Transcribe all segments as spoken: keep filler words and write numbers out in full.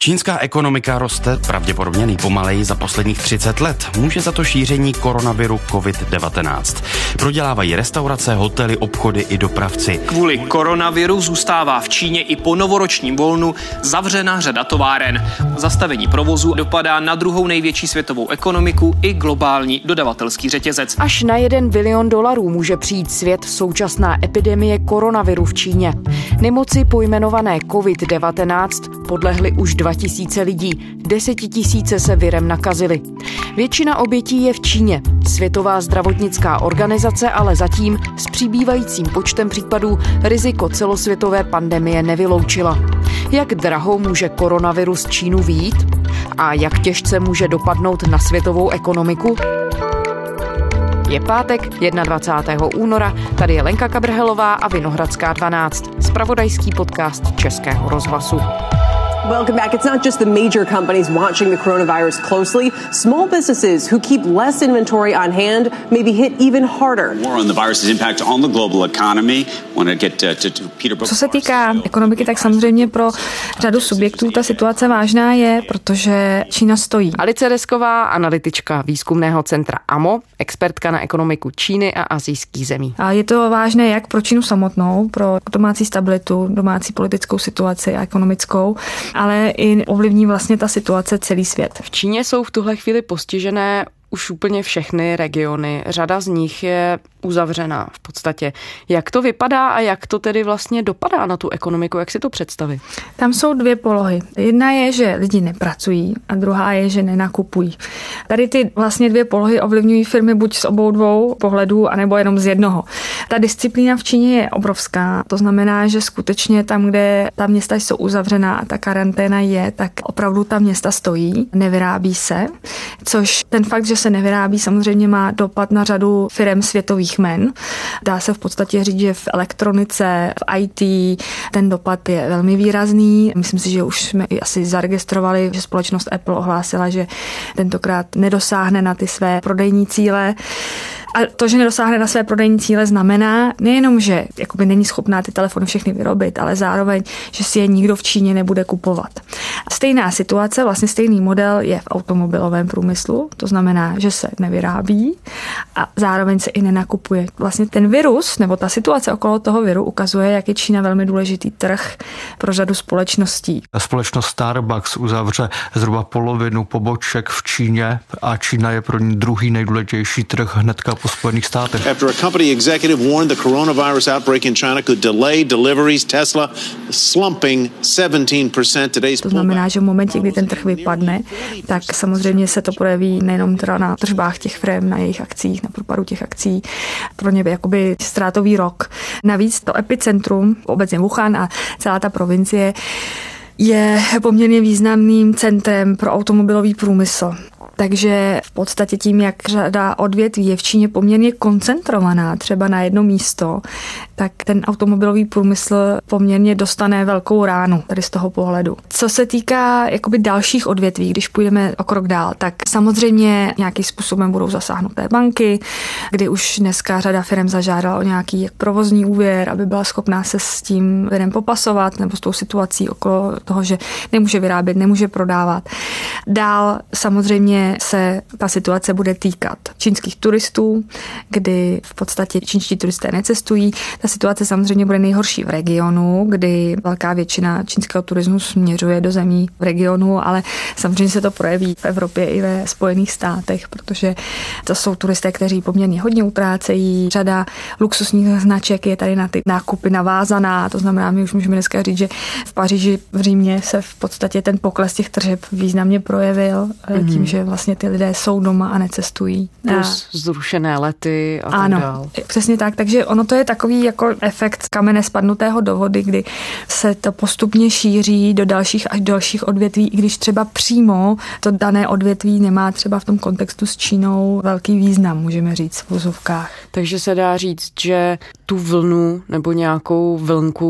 Čínská ekonomika roste pravděpodobně nejpomaleji za posledních třicet let. Může za to šíření koronaviru covid devatenáct. Prodělávají restaurace, hotely, obchody i dopravci. Kvůli koronaviru zůstává v Číně i po novoročním volnu zavřena řada továren. Zastavení provozu dopadá na druhou největší světovou ekonomiku i globální dodavatelský řetězec. Až na jeden bilion dolarů může přijít svět současná epidemie koronaviru v Číně. Nemoci pojmenované covid devatenáct podlehly už dva tisíce lidí, desetitisíce se virem nakazili. Většina obětí je v Číně. Světová zdravotnická organizace ale zatím s přibývajícím počtem případů riziko celosvětové pandemie nevyloučila. Jak draho může koronavirus Čínu vyjít? A jak těžce může dopadnout na světovou ekonomiku? Je pátek, dvacátého prvního února, tady je Lenka Kabrhelová a Vinohradská dvanáct, zpravodajský podcast Českého rozhlasu. Welcome back. It's not just the major companies watching the coronavirus closely. Small businesses who keep less inventory on hand may be hit even harder. More on the virus's impact on the global economy. Want to get to, to Peter. Co se týká ekonomiky, tak samozřejmě pro řadu subjektů ta situace vážná je, protože Čína stojí. Alice Desková, analytička výzkumného centra A M O, expertka na ekonomiku Číny a asijských zemí. A je to vážné jak pro Čínu samotnou, pro domácí stabilitu, domácí politickou situaci a ekonomickou, ale i ovlivní vlastně ta situace celý svět. V Číně jsou v tuhle chvíli postižené už úplně všechny regiony. Řada z nich je uzavřená v podstatě. Jak to vypadá a jak to tedy vlastně dopadá na tu ekonomiku? Jak si to představit? Tam jsou dvě polohy. Jedna je, že lidi nepracují a druhá je, že nenakupují. Tady ty vlastně dvě polohy ovlivňují firmy buď z obou dvou pohledů, anebo jenom z jednoho. Ta disciplína v Číně je obrovská. To znamená, že skutečně tam, kde ta města jsou uzavřená a ta karanténa je, tak opravdu ta města stojí, nevyrábí se, což ten fakt, že se nevyrábí, samozřejmě má dopad na řadu firem světových men. Dá se v podstatě říct, že v elektronice, v í té ten dopad je velmi výrazný. Myslím si, že už jsme i asi zaregistrovali, že společnost Apple ohlásila, že tentokrát nedosáhne na ty své prodejní cíle. A to, že nedosáhne na své prodejní cíle, znamená nejenom, že jakoby není schopná ty telefony všechny vyrobit, ale zároveň, že si je nikdo v Číně nebude kupovat. Stejná situace, vlastně stejný model je v automobilovém průmyslu, to znamená, že se nevyrábí a zároveň se i nenakupuje. Vlastně ten virus nebo ta situace okolo toho viru ukazuje, jak je Čína velmi důležitý trh pro řadu společností. Společnost Starbucks uzavře zhruba polovinu poboček v Číně a Čína je pro ní druhý nejdůležitější trh hnedka po Spojených státech. After a company executive warned the coronavirus outbreak in China could delay deliveries, Tesla slumping seventeen percent today's. To znamená, že v momentě, kdy ten trh vypadne, tak samozřejmě se to projeví nejenom teda na tržbách těch firm, na jejich akcích, na propadu těch akcí. Pro ně by jakoby ztrátový rok. Navíc to epicentrum, obecně Wuhan a celá ta provincie, je poměrně významným centrem pro automobilový průmysl. Takže v podstatě tím, jak řada odvětví je v Číně poměrně koncentrovaná třeba na jedno místo, tak ten automobilový průmysl poměrně dostane velkou ránu tady z toho pohledu. Co se týká jakoby dalších odvětví, když půjdeme o krok dál, tak samozřejmě nějakým způsobem budou zasáhnuté banky, kdy už dneska řada firm zažádala o nějaký provozní úvěr, aby byla schopná se s tím virem popasovat nebo s tou situací okolo toho, že nemůže vyrábět, nemůže prodávat. Dál samozřejmě se ta situace bude týkat čínských turistů, kdy v podstatě čínští turisté necestují. Ta situace samozřejmě bude nejhorší v regionu, kdy velká většina čínského turismu směřuje do zemí v regionu, ale samozřejmě se to projeví v Evropě i ve Spojených státech, protože to jsou turisté, kteří poměrně hodně utrácejí. Řada luxusních značek je tady na ty nákupy navázaná, to znamená, my už můžeme dneska říct, že v Paříži, v Římě se v podstatě ten pokles těch tržeb významně projevil mm-hmm. tím, že vlastně ty lidé jsou doma a necestují. Plus a... zrušené lety a ano, tak dál. Přesně tak, takže ono to je takový jako efekt kamene spadnutého do vody, kdy se to postupně šíří do dalších až dalších odvětví, i když třeba přímo to dané odvětví nemá třeba v tom kontextu s Čínou velký význam, můžeme říct v vozovkách. Takže se dá říct, že tu vlnu nebo nějakou vlnku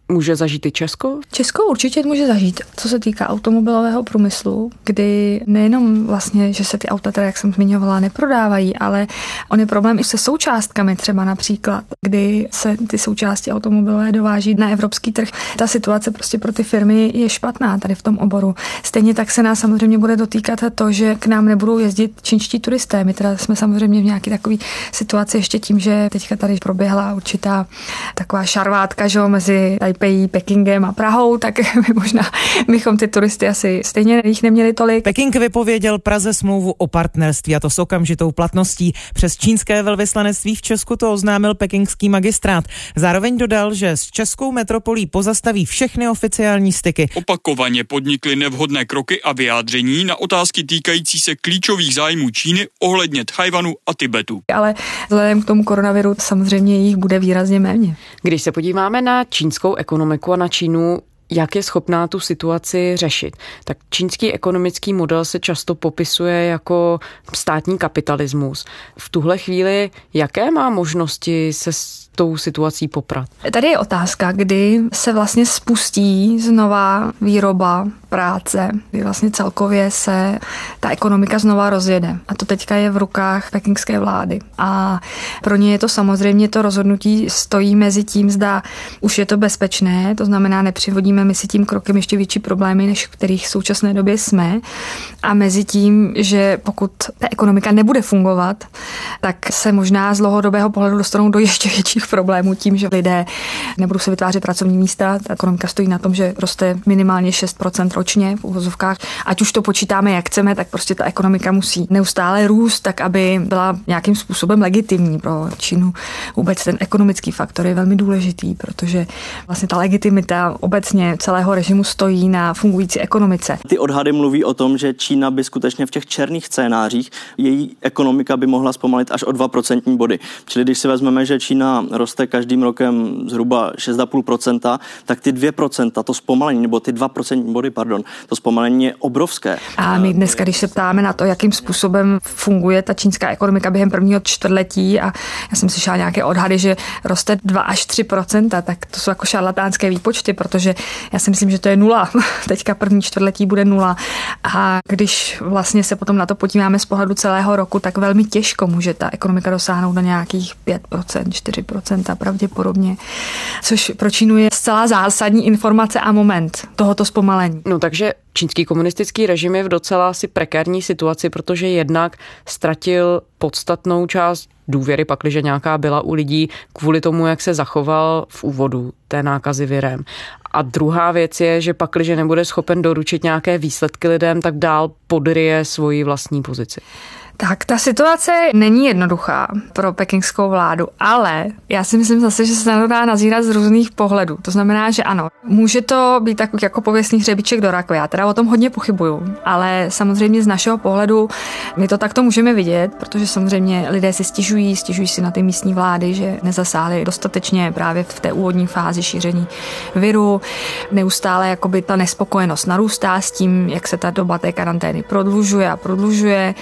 může zažít i Česko? Česko určitě může zažít, co se týká automobilového průmyslu, kdy nejenom vlastně, že se ty auta, teda, jak jsem zmiňovala, neprodávají, ale on je problém i se součástkami třeba například, kdy se ty součásti automobilové dováží na evropský trh. Ta situace prostě pro ty firmy je špatná tady v tom oboru. Stejně tak se nás samozřejmě bude dotýkat to, že k nám nebudou jezdit čínští turisté. My teda jsme samozřejmě v nějaké takové situaci ještě tím, že teďka tady proběhla určitá taková šarvátka, že mezi Taipei, Pekingem a Prahou, tak my možná bychom ty turisty asi stejně jich neměli tolik. Peking vypověděl Praze smlouvu o partnerství, a to s okamžitou platností. Přes čínské velvyslanectví v Česku to oznámil pekingský magistrát. Zároveň dodal, že s českou metropolí pozastaví všechny oficiální styky. Opakovaně podnikli nevhodné kroky a vyjádření na otázky týkající se klíčových zájmů Číny ohledně Tchajwanu a Tibetu. Ale vzhledem k tomu koronaviru samozřejmě jich bude výrazně méně. Když se podíváme na čínskou ekonomiku a na Čínu, jak je schopná tu situaci řešit, tak čínský ekonomický model se často popisuje jako státní kapitalismus. V tuhle chvíli jaké má možnosti se s tou situací poprat? Tady je otázka, kdy se vlastně spustí znova výroba, práce, kdy vlastně celkově se ta ekonomika znova rozjede. A to teďka je v rukách pekingské vlády. A pro ně je to samozřejmě, to rozhodnutí stojí mezi tím, zda už je to bezpečné, to znamená, nepřivodíme my si tím krokem ještě větší problémy, než v kterých v současné době jsme. A mezi tím, že pokud ta ekonomika nebude fungovat, tak se možná z dlouhodobého pohledu dostanou do ještě větších problémů tím, že lidé nebudou se vytvářet pracovní místa. Ta ekonomika stojí na tom, že roste minimálně šest procent ročně v uvozovkách. Ať už to počítáme, jak chceme, tak prostě ta ekonomika musí neustále růst, tak aby byla nějakým způsobem legitimní pro Čínu. Vůbec ten ekonomický faktor je velmi důležitý, protože vlastně ta legitimita obecně celého režimu stojí na fungující ekonomice. Ty odhady mluví o tom, že Čína by skutečně v těch černých scénářích její ekonomika by mohla zpomalit až o dva procentní body. Čili když si vezmeme, že Čína roste každým rokem zhruba šest celá pět procenta, tak ty dvě procenta, to zpomalení, nebo ty dva procentní body, pardon, to zpomalení je obrovské. A my dneska, když se ptáme na to, jakým způsobem funguje ta čínská ekonomika během prvního čtvrtletí, a já jsem slyšela nějaké odhady, že roste dva až tři procenta, tak to jsou jako šarlatánské výpočty, protože já si myslím, že to je nula. Teďka první čtvrtletí bude nula. A když vlastně se potom na to podíváme z pohledu celého roku, tak velmi těžko může ta ekonomika dosáhnout na nějakých pět procent, čtyři procenta pravděpodobně. Což pro Čínu je zcela zásadní informace a moment tohoto zpomalení. No takže čínský komunistický režim je v docela asi prekérní situaci, protože jednak ztratil podstatnou část důvěry, pakliže nějaká byla u lidí, kvůli tomu, jak se zachoval v úvodu té nákazy virem. A druhá věc je, že pakliže nebude schopen doručit nějaké výsledky lidem, tak dál podryje svoji vlastní pozici. Tak ta situace není jednoduchá pro pekingskou vládu, ale já si myslím zase, že se na to dá nazírat z různých pohledů. To znamená, že ano, může to být tak jako pověstný hřebíček do rakve. Já teda o tom hodně pochybuju, ale samozřejmě z našeho pohledu my to takto můžeme vidět, protože samozřejmě lidé si stěžují, stěžují si na ty místní vlády, že nezasáhly dostatečně právě v té úvodní fázi šíření viru. Neustále jakoby ta nespokojenost narůstá s tím, jak se ta doba té karantény prodlužuje a prodlužuje.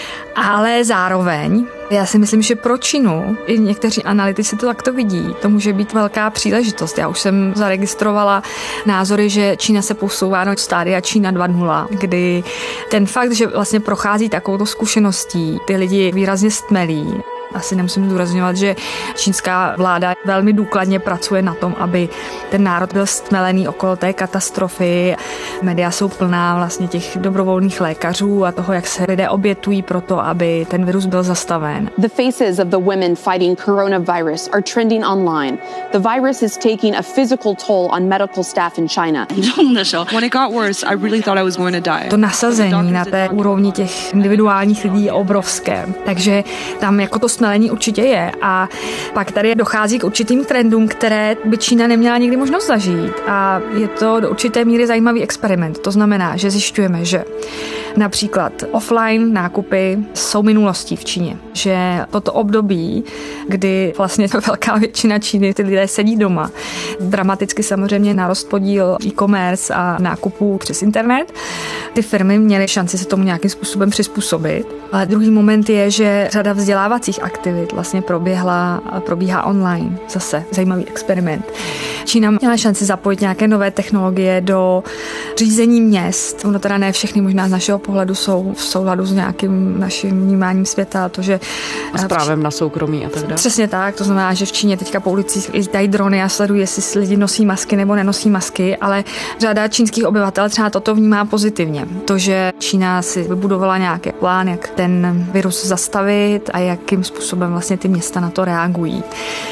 Ale zároveň, já si myslím, že pro Čínu, i někteří analytici to takto vidí, to může být velká příležitost. Já už jsem zaregistrovala názory, že Čína se posouvá do stádia Čína dva tečka nula, kdy ten fakt, že vlastně prochází takovou zkušeností, ty lidi výrazně stmelí. Asi nemusím zdůrazňovat, že čínská vláda velmi důkladně pracuje na tom, aby ten národ byl stmelený okolo té katastrofy. Média jsou plná vlastně těch dobrovolných lékařů a toho, jak se lidé obětují pro to, aby ten virus byl zastaven. The faces of the women fighting coronavirus are trending online. The virus is taking a physical toll on medical staff in China. When it got worse, I really thought I was going to die. To nasazení na té úrovni těch individuálních lidí je obrovské. Takže tam jako to stmelení určitě je a pak tady dochází k určitým trendům, které by Čína neměla nikdy možnost zažít a je to do určité míry zajímavý experiment. To znamená, že zjišťujeme, že Například offline nákupy jsou minulostí v Číně, že toto období, kdy vlastně velká většina Číny, ty lidé sedí doma, dramaticky samozřejmě narost podíl e-commerce a nákupů přes internet. Ty firmy měly šanci se tomu nějakým způsobem přizpůsobit. Ale druhý moment je, že řada vzdělávacích aktivit vlastně proběhla, probíhá online. Zase zajímavý experiment. Čína měla šanci zapojit nějaké nové technologie do řízení měst. Ono teda ne všechny možná z našeho pohledu jsou v souladu s nějakým naším vnímáním světa. To, že a s právem na soukromí a tak dále. Přesně tak, to znamená, že v Číně teďka po ulicích lítají drony a sledují, jestli lidi nosí masky nebo nenosí masky, ale řada čínských obyvatel třeba toto vnímá pozitivně. To, že Čína si vybudovala nějaký plán, jak ten virus zastavit a jakým způsobem vlastně ty města na to reagují.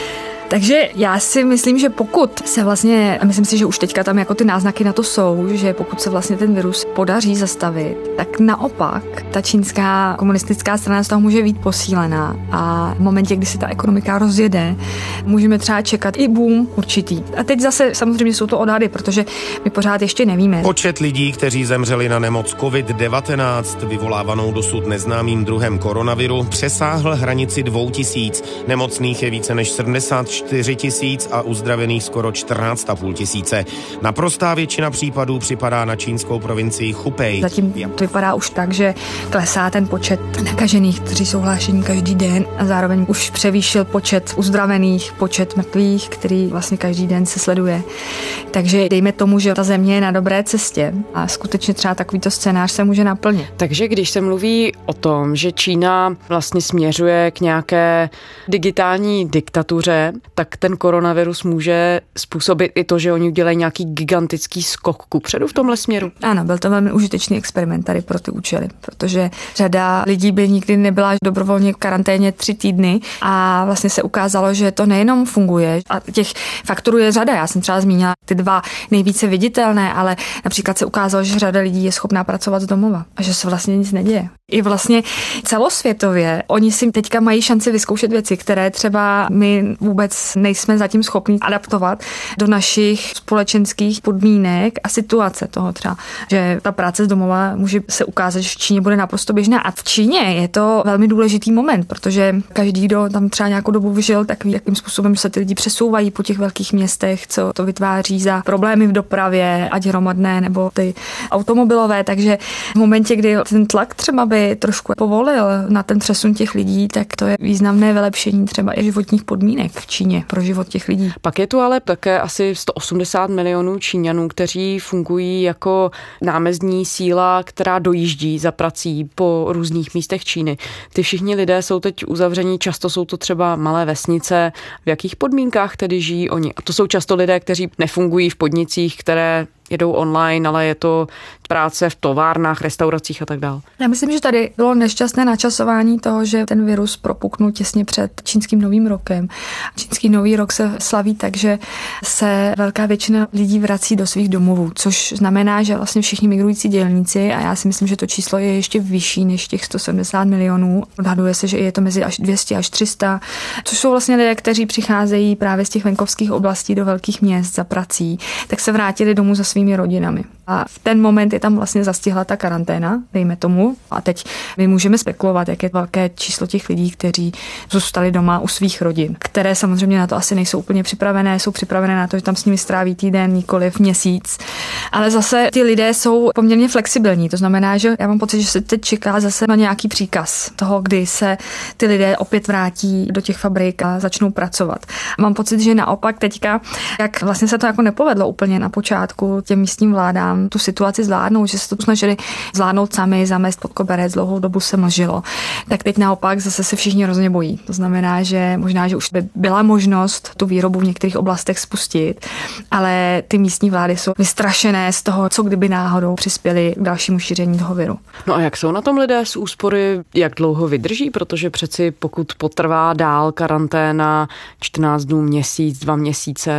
Takže já si myslím, že pokud se vlastně, a myslím si, že už teďka tam jako ty náznaky na to jsou, že pokud se vlastně ten virus podaří zastavit, tak naopak ta čínská komunistická strana z toho může být posílená a v momentě, kdy se ta ekonomika rozjede, můžeme třeba čekat i boom určitý. A teď zase samozřejmě jsou to odhady, protože my pořád ještě nevíme. Počet lidí, kteří zemřeli na nemoc covid devatenáct, vyvolávanou dosud neznámým druhem koronaviru, přesáhl hranici dvou tisíc. Nemocných je více než sedmdesát čtyři tisíc a uzdravených skoro čtrnáct a půl tisíce. Naprostá většina případů připadá na čínskou provincii Hubei. Zatím to vypadá už tak, že klesá ten počet nakažených, kteří jsou hlášení každý den a zároveň už převýšil počet uzdravených, počet mrtvých, který vlastně každý den se sleduje. Takže dejme tomu, že ta země je na dobré cestě a skutečně třeba takovýto scénář se může naplnit. Takže když se mluví o tom, že Čína vlastně směřuje k nějaké digitální diktatuře, tak ten koronavirus může způsobit i to, že oni udělají nějaký gigantický skok kupředu v tomhle směru. Ano, byl to velmi užitečný experiment tady pro ty účely, protože řada lidí by nikdy nebyla dobrovolně v karanténě tři týdny a vlastně se ukázalo, že to nejenom funguje a těch faktorů je řada. Já jsem třeba zmínila ty dva nejvíce viditelné, ale například se ukázalo, že řada lidí je schopná pracovat z domova a že se vlastně nic neděje. I vlastně celosvětově oni si teďka mají šanci vyzkoušet věci, které třeba my vůbec nejsme zatím schopni adaptovat do našich společenských podmínek a situace toho třeba, že ta práce z domova může se ukázat, že v Číně bude naprosto běžná. A v Číně je to velmi důležitý moment, protože každý, kdo tam třeba nějakou dobu vyžil, tak ví, jakým způsobem se ty lidi přesouvají po těch velkých městech, co to vytváří za problémy v dopravě, ať hromadné nebo ty automobilové. Takže v momentě, kdy ten tlak třeba by trošku povolil na ten přesun těch lidí, tak to je významné vylepšení třeba i životních podmínek v Číně pro život těch lidí. Pak je tu ale také asi sto osmdesát milionů Číňanů, kteří fungují jako námezdní síla, která dojíždí za prací po různých místech Číny. Ty všichni lidé jsou teď uzavření, často jsou to třeba malé vesnice. V jakých podmínkách tedy žijí oni? A to jsou často lidé, kteří nefungují v podnicích, které jedou online, ale je to práce v továrnách, restauracích a tak dále. Já myslím, že tady bylo nešťastné načasování toho, že ten virus propuknul těsně před čínským novým rokem. Čínský nový rok se slaví tak, že se velká většina lidí vrací do svých domovů, což znamená, že vlastně všichni migrující dělníci, a já si myslím, že to číslo je ještě vyšší než těch sto sedmdesát milionů. Odhaduje se, že je to mezi až dvě stě až tři sta, což jsou vlastně lidé, kteří přicházejí právě z těch venkovských oblastí do velkých měst za prací, tak se vrátili domů za svými rodinami. A v ten moment je tam vlastně zastihla ta karanténa, dejme tomu. A teď my můžeme spekulovat, jak je velké číslo těch lidí, kteří zůstali doma u svých rodin, které samozřejmě na to asi nejsou úplně připravené, jsou připravené na to, že tam s nimi stráví týden, nikoliv měsíc. Ale zase ty lidé jsou poměrně flexibilní, to znamená, že já mám pocit, že se teď čeká zase na nějaký příkaz toho, kdy se ty lidé opět vrátí do těch fabrik a začnou pracovat. Mám pocit, že naopak teďka, jak vlastně se to jako nepovedlo úplně na počátku těm místním vládám tu situaci zvládnout, že se to snažili zvládnout sami, zamést pod koberec, dlouhou dobu se mlžilo. Tak teď naopak zase se všichni hrozně bojí. To znamená, že možná, že už by byla možnost tu výrobu v některých oblastech spustit, ale ty místní vlády jsou vystrašené z toho, co kdyby náhodou přispěli k dalšímu šíření toho viru. No a jak jsou na tom lidé z úspory, jak dlouho vydrží, protože přeci pokud potrvá dál karanténa čtrnáct dnů, měsíc, dva měsíce, tak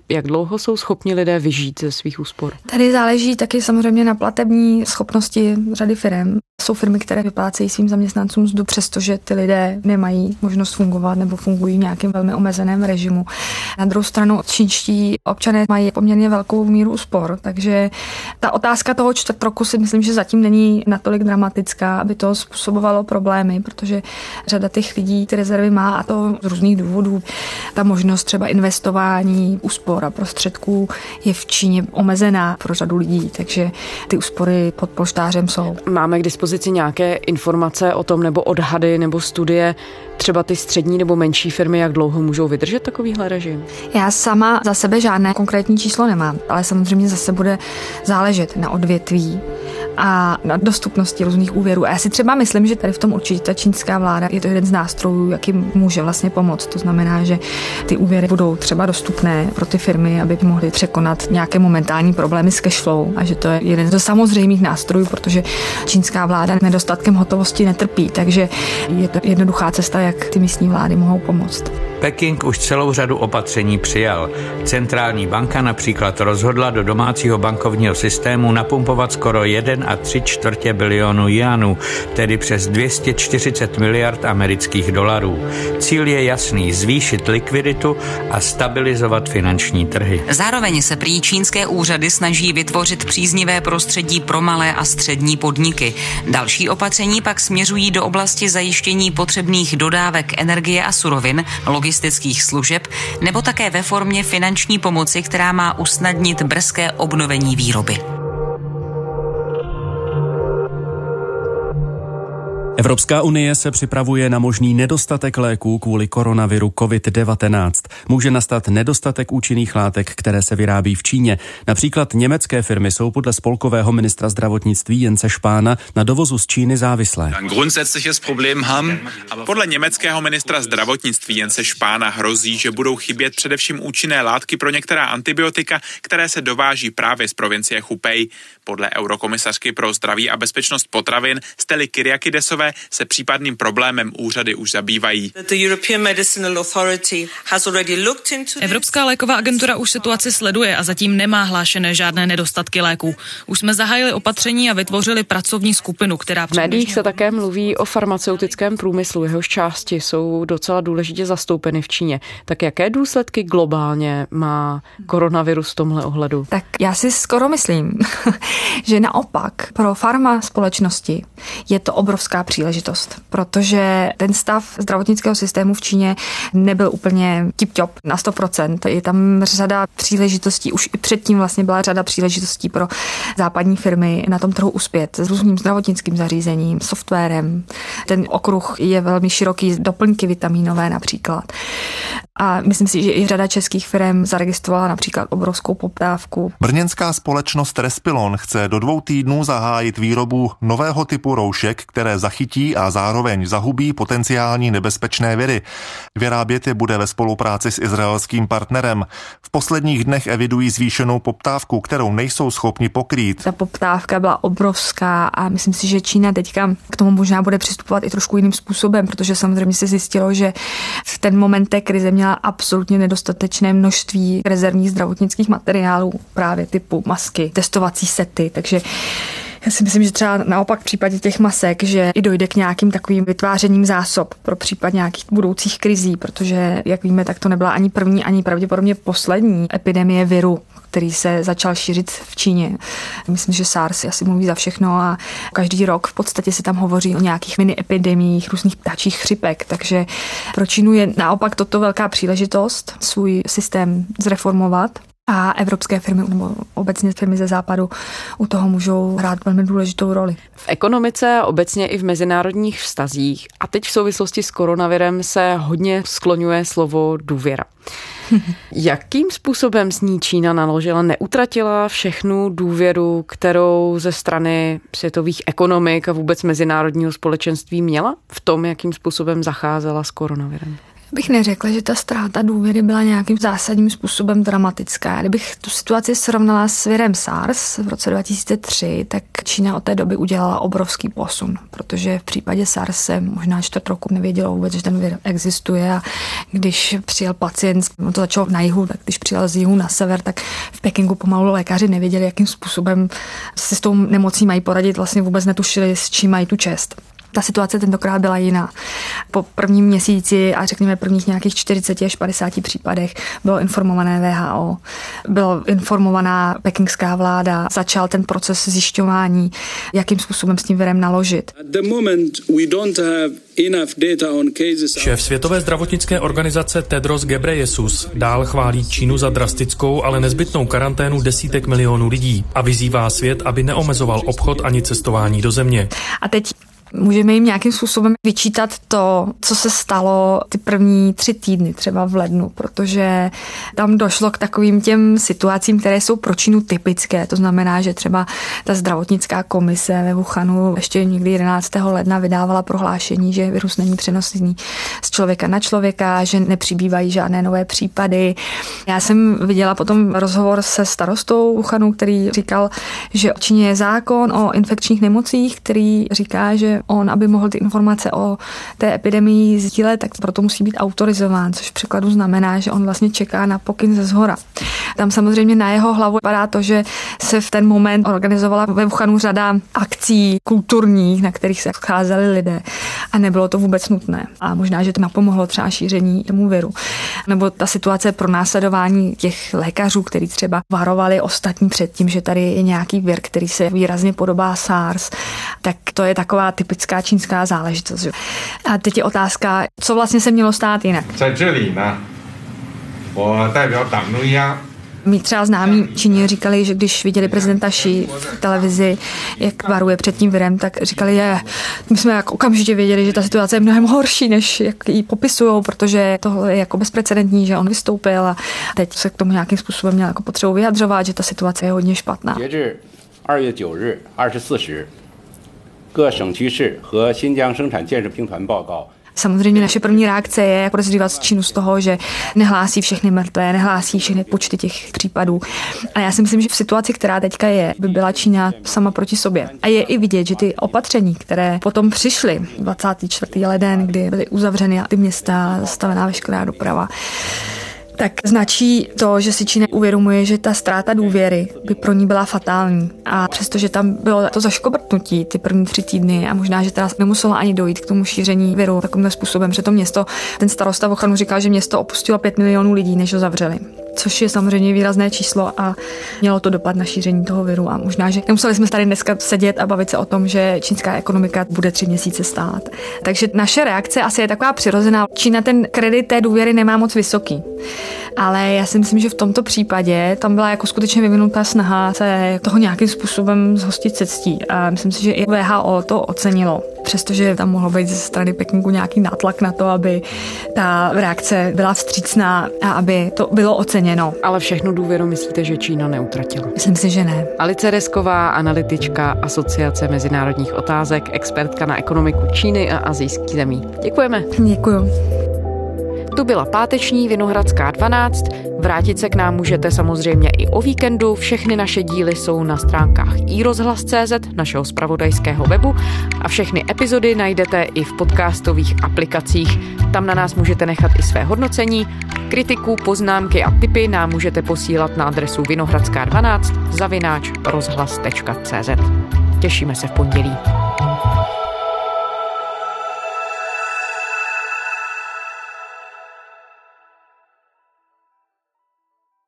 Jak dlouho jsou schopni lidé vyžít ze svých úspor? Tady záleží taky samozřejmě na platební schopnosti řady firem. Jsou firmy, které vyplácejí svým zaměstnancům mzdu, přestože ty lidé nemají možnost fungovat nebo fungují v nějakém velmi omezeném režimu. Na druhou stranu čínští občané mají poměrně velkou míru úspor, takže ta otázka toho čtvrt roku si myslím, že zatím není natolik dramatická, aby to způsobovalo problémy, protože řada těch lidí ty rezervy má, a to z různých důvodů. Ta možnost třeba investování, úspor a prostředků je v Číně omezená pro řadu lidí, takže ty úspory pod polštářem jsou. Máme k dispozici nějaké informace o tom, nebo odhady, nebo studie, třeba ty střední nebo menší firmy, jak dlouho můžou vydržet takovýhle režim? Já sama za sebe žádné konkrétní číslo nemám, ale samozřejmě zase bude záležet na odvětví a na dostupnosti různých úvěrů. A já si třeba myslím, že tady v tom určitě ta čínská vláda je to jeden z nástrojů, jak jim může vlastně pomoct. To znamená, že ty úvěry budou třeba dostupné pro ty firmy, aby mohly překonat nějaké momentální problémy s cashflow, a že to je jeden z samozřejmých nástrojů, protože čínská vláda nedostatkem hotovosti netrpí, takže je to jednoduchá cesta, jak ty místní vlády mohou pomoct. Peking už celou řadu opatření přijal. Centrální banka například rozhodla do domácího bankovního systému napumpovat skoro jeden a tři čtvrtě bilionu juanů, tedy přes dvě stě čtyřicet miliard amerických dolarů. Cíl je jasný, zvýšit likviditu a stabilizovat finanční trhy. Zároveň se prý čínské úřady snaží vytvořit příznivé prostředí pro malé a střední podniky. Další opatření pak směřují do oblasti zajištění potřebných dodávek energie a surovin, logistických služeb, nebo také ve formě finanční pomoci, která má usnadnit brzké obnovení výroby. Evropská unie se připravuje na možný nedostatek léků kvůli koronaviru covid devatenáct. Může nastat nedostatek účinných látek, které se vyrábí v Číně. Například německé firmy jsou podle spolkového ministra zdravotnictví Jense Spahna na dovozu z Číny závislé. Podle německého ministra zdravotnictví Jense Spahna hrozí, že budou chybět především účinné látky pro některá antibiotika, které se dováží právě z provincie Hubei. Podle eurokomisařky pro zdraví a bezpečnost potravin Stely Kyriakidesové se případným problémem úřady už zabývají. Evropská léková agentura už situaci sleduje a zatím nemá hlášené žádné nedostatky léků. Už jsme zahájili opatření a vytvořili pracovní skupinu, která... V médiích se také mluví o farmaceutickém průmyslu, jehož části jsou docela důležitě zastoupeny v Číně. Tak jaké důsledky globálně má koronavirus v tomhle ohledu? Tak já si skoro myslím, že naopak pro farma společnosti je to obrovská příležitost, protože ten stav zdravotnického systému v Číně nebyl úplně tip-top na sto procent. Je tam řada příležitostí, už i předtím vlastně byla řada příležitostí pro západní firmy na tom trhu uspět s různým zdravotnickým zařízením, softwarem. Ten okruh je velmi široký, doplňky vitamínové například. A myslím si, že i řada českých firm zaregistrovala například obrovskou poptávku. Brněnská společnost Respilon chce do dvou týdnů zahájit výrobu nového typu roušek, které zachytí a zároveň zahubí potenciální nebezpečné viry. Vyrábět je bude ve spolupráci s izraelským partnerem. V posledních dnech evidují zvýšenou poptávku, kterou nejsou schopni pokrýt. Ta poptávka byla obrovská a myslím si, že Čína teďka k tomu možná bude přistupovat i trošku jiným způsobem, protože samozřejmě se zjistilo, že v ten moment té krize měla absolutně nedostatečné množství rezervních zdravotnických materiálů, právě typu masky, testovací sety, takže já si myslím, že třeba naopak v případě těch masek, že i dojde k nějakým takovým vytvářením zásob pro případ nějakých budoucích krizí, protože, jak víme, tak to nebyla ani první, ani pravděpodobně poslední epidemie viru, který se začal šířit v Číně. Myslím, že SARS asi mluví za všechno a každý rok v podstatě se tam hovoří o nějakých mini epidemiích, různých ptačích chřipek, takže pro Čínu je naopak toto velká příležitost svůj systém zreformovat. A evropské firmy nebo obecně firmy ze západu u toho můžou hrát velmi důležitou roli. V ekonomice a obecně i v mezinárodních vztazích a teď v souvislosti s koronavirem se hodně skloňuje slovo důvěra. Jakým způsobem s ní Čína naložila? Neutratila všechnu důvěru, kterou ze strany světových ekonomik a vůbec mezinárodního společenství měla v tom, jakým způsobem zacházela s koronavirem? Bych neřekla, že ta ztráta důvěry byla nějakým zásadním způsobem dramatická. Kdybych tu situaci srovnala s virem SARS v roce dva tisíce tři, tak Čína od té doby udělala obrovský posun, protože v případě SARS se možná čtvrt roku nevědělo vůbec, že ten vir existuje a když přijel pacient, no to začalo na jihu, tak když přijel z jihu na sever, tak v Pekingu pomalu lékaři nevěděli, jakým způsobem si s tou nemocí mají poradit, vlastně vůbec netušili, s čím mají tu čest. Ta situace tentokrát byla jiná. Po prvním měsíci a řekněme prvních nějakých čtyřicet až padesát případech bylo informované W H O, byla informovaná pekingská vláda, začal ten proces zjišťování, jakým způsobem s tím virem naložit. Šéf Světové zdravotnické organizace Tedros Ghebreyesus dál chválí Čínu za drastickou, ale nezbytnou karanténu desítek milionů lidí a vyzývá svět, aby neomezoval obchod ani cestování do země. A teď můžeme jim nějakým způsobem vyčítat to, co se stalo ty první tři týdny, třeba v lednu, protože tam došlo k takovým těm situacím, které jsou pro Čínu typické. To znamená, že třeba ta zdravotnická komise ve Wuhanu ještě někdy jedenáctého ledna vydávala prohlášení, že virus není přenosný z člověka na člověka, že nepřibývají žádné nové případy. Já jsem viděla potom rozhovor se starostou Wuhanu, který říkal, že v Číně je zákon o infekčních nemocích, který říká, že on, aby mohl ty informace o té epidemii sdílet, tak proto musí být autorizován, což v překladu znamená, že on vlastně čeká na pokyn ze zhora. Tam samozřejmě na jeho hlavu padá to, že se v ten moment organizovala ve Wuhanu řada akcí kulturních, na kterých se scházeli lidé a nebylo to vůbec nutné. A možná, že to napomohlo třeba šíření tomu viru. Nebo ta situace pro následování těch lékařů, kteří třeba varovali ostatní před tím, že tady je nějaký vir, který se výrazně podobá SARS, tak to je taková typická čínská záležitost. A teď je otázka, co vlastně se mělo stát jinak. Mí třeba známí Číně říkali, že když viděli prezidenta Xi v televizi, jak varuje před tím virem, tak říkali, že my jsme jak okamžitě věděli, že ta situace je mnohem horší, než jak ji popisujou, protože tohle je jako bezprecedentní, že on vystoupil a teď se k tomu nějakým způsobem měl jako potřebu vyjadřovat, že ta situace je hodně špatná. Samozřejmě naše první reakce je jako rozřívat Čínu z toho, že nehlásí všechny mrtvé, nehlásí všechny počty těch případů. A já si myslím, že v situaci, která teďka je, by byla Čína sama proti sobě. A je i vidět, že ty opatření, které potom přišly dvacátého čtvrtého leden, kdy byly uzavřeny ty města, zastavená veškerá doprava, tak značí to, že si Čína uvědomuje, že ta ztráta důvěry by pro ní byla fatální. A přestože tam bylo to zaškobrtnutí ty první tři týdny a možná, že teda nemuselo ani dojít k tomu šíření viru takovým způsobem, že to město, ten starosta Wuhanu říkal, že město opustilo pět milionů lidí, než ho zavřeli. Což je samozřejmě výrazné číslo a mělo to dopad na šíření toho viru. A možná, že nemuseli jsme tady dneska sedět a bavit se o tom, že čínská ekonomika bude tři měsíce stát. Takže naše reakce asi je taková přirozená. Čína ten kredit té důvěry nemá moc vysoký. Ale já si myslím, že v tomto případě tam byla jako skutečně vyvinutá snaha se toho nějakým způsobem zhostit se ctí. A myslím si, že i W H O to ocenilo. Přestože tam mohlo být ze strany Pekingu nějaký nátlak na to, aby ta reakce byla vstřícná a aby to bylo oceněno. Ale všechnu důvěru myslíte, že Čína neutratila? Myslím si, že ne. Alice Resková, analytička Asociace mezinárodních otázek, expertka na ekonomiku Číny a asijských zemí. Děkujeme. Děkuju. Tu byla páteční Vinohradská dvanáct. Vrátit se k nám můžete samozřejmě i o víkendu. Všechny naše díly jsou na stránkách i rozhlas tečka cé zet, našeho zpravodajského webu, a všechny epizody najdete i v podcastových aplikacích. Tam na nás můžete nechat i své hodnocení. Kritiku, poznámky a tipy nám můžete posílat na adresu vinohradská dvanáct zavináč rozhlas tečka cé zet. Těšíme se v pondělí.